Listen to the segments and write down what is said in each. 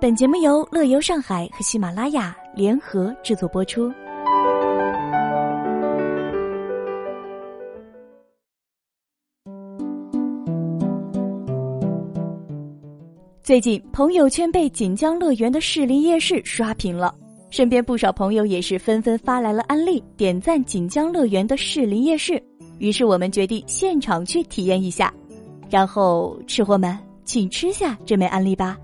本节目由乐游上海和喜马拉雅联合制作播出。最近朋友圈被锦江乐园的士林夜市刷屏了，身边不少朋友也是纷纷发来了案例，点赞锦江乐园的士林夜市。于是我们决定现场去体验一下，然后吃货们请吃下这枚案例吧。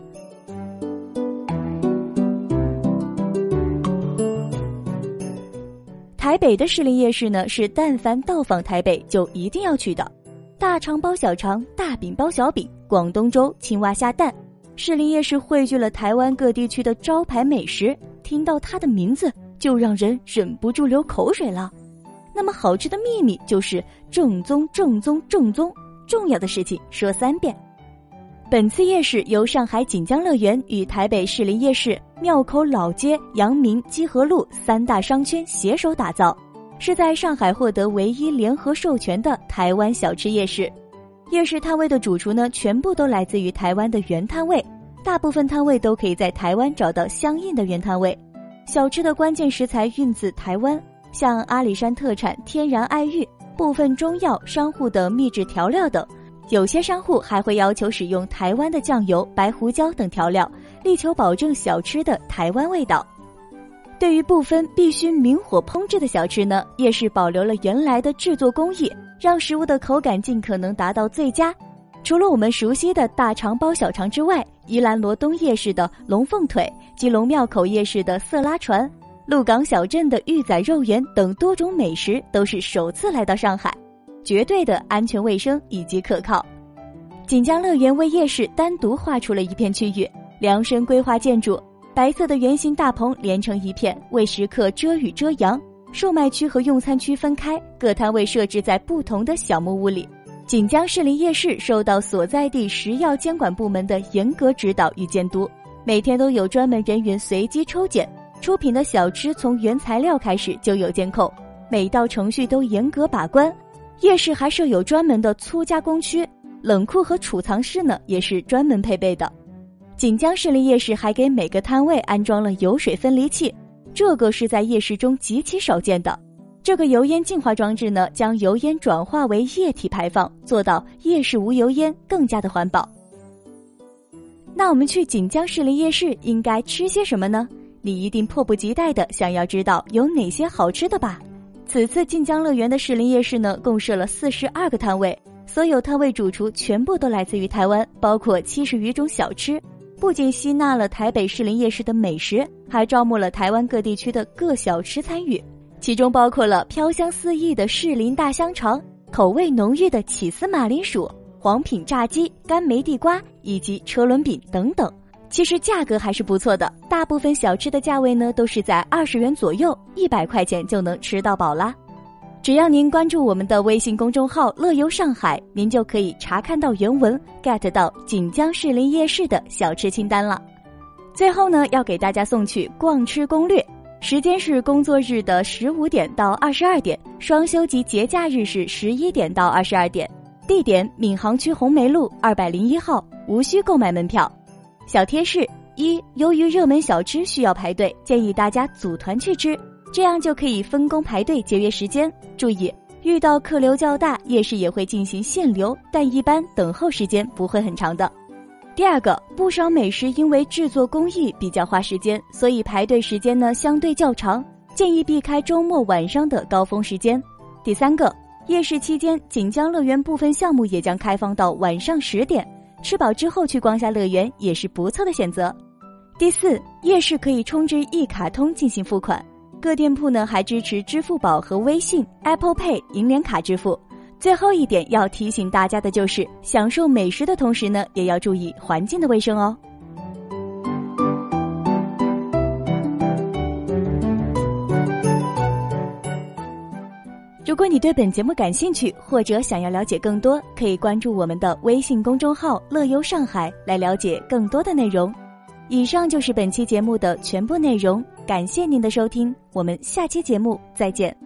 台北的士林夜市呢，是但凡到访台北就一定要去的。大肠包小肠，大饼包小饼，广东粥、青蛙虾蛋。士林夜市汇聚了台湾各地区的招牌美食，听到它的名字就让人忍不住流口水了。那么好吃的秘密就是正宗，重要的事情说3遍。本次夜市由上海锦江乐园与台北士林夜市、庙口老街、阳明、基河路3大商圈携手打造，是在上海获得唯一联合授权的台湾小吃夜市。夜市摊位的主厨呢，全部都来自于台湾的原摊位，大部分摊位都可以在台湾找到相应的原摊位。小吃的关键食材运自台湾，像阿里山特产天然爱玉、部分中药商户的秘制调料等。有些商户还会要求使用台湾的酱油、白胡椒等调料，力求保证小吃的台湾味道。对于部分必须明火烹制的小吃呢，夜市保留了原来的制作工艺，让食物的口感尽可能达到最佳。除了我们熟悉的大肠包小肠之外，宜兰罗东夜市的龙凤腿、基隆庙口夜市的色拉船、鹿港小镇的玉仔肉圆等多种美食都是首次来到上海，绝对的安全卫生以及可靠。锦江乐园为夜市单独划出了一片区域，量身规划建筑，白色的圆形大棚连成一片，为食客遮雨遮阳。售卖区和用餐区分开，各摊位设置在不同的小木屋里。锦江士林夜市受到所在地食药监管部门的严格指导与监督，每天都有专门人员随机抽检，出品的小吃从原材料开始就有监控，每道程序都严格把关。夜市还设有专门的粗加工区，冷库和储藏室呢也是专门配备的。锦江士林夜市还给每个摊位安装了油水分离器，这个是在夜市中极其少见的。这个油烟净化装置呢，将油烟转化为液体排放，做到夜市无油烟，更加的环保。那我们去锦江士林夜市应该吃些什么呢？你一定迫不及待的想要知道有哪些好吃的吧？此次锦江乐园的士林夜市呢，共设了42个摊位，所有摊位主厨全部都来自于台湾，包括70余种小吃，不仅吸纳了台北士林夜市的美食，还招募了台湾各地区的各小吃参与，其中包括了飘香四溢的士林大香肠、口味浓郁的起司马铃薯、黄品炸鸡、干梅地瓜以及车轮饼等等。其实价格还是不错的，大部分小吃的价位呢都是在20元左右，100块钱就能吃到饱啦。只要您关注我们的微信公众号乐游上海，您就可以查看到原文， get 到锦江士林夜市的小吃清单了。最后呢，要给大家送去逛吃攻略，时间是工作日的15点到22点，双休及节假日是11点到22点，地点闵行区红梅路201号，无需购买门票。小贴士：1，由于热门小吃需要排队，建议大家组团去吃，这样就可以分工排队，节约时间。注意，遇到客流较大，夜市也会进行限流，但一般等候时间不会很长的。第2个，不少美食因为制作工艺比较花时间，所以排队时间呢相对较长，建议避开周末晚上的高峰时间。第3个，夜市期间锦江乐园部分项目也将开放到晚上10点，吃饱之后去逛下乐园也是不错的选择。第4，夜市可以充值一卡通进行付款，各店铺呢还支持支付宝和微信、Apple Pay、银联卡支付。最后一点要提醒大家的就是，享受美食的同时呢，也要注意环境的卫生哦。如果你对本节目感兴趣，或者想要了解更多，可以关注我们的微信公众号乐游上海来了解更多的内容。以上就是本期节目的全部内容，感谢您的收听，我们下期节目再见。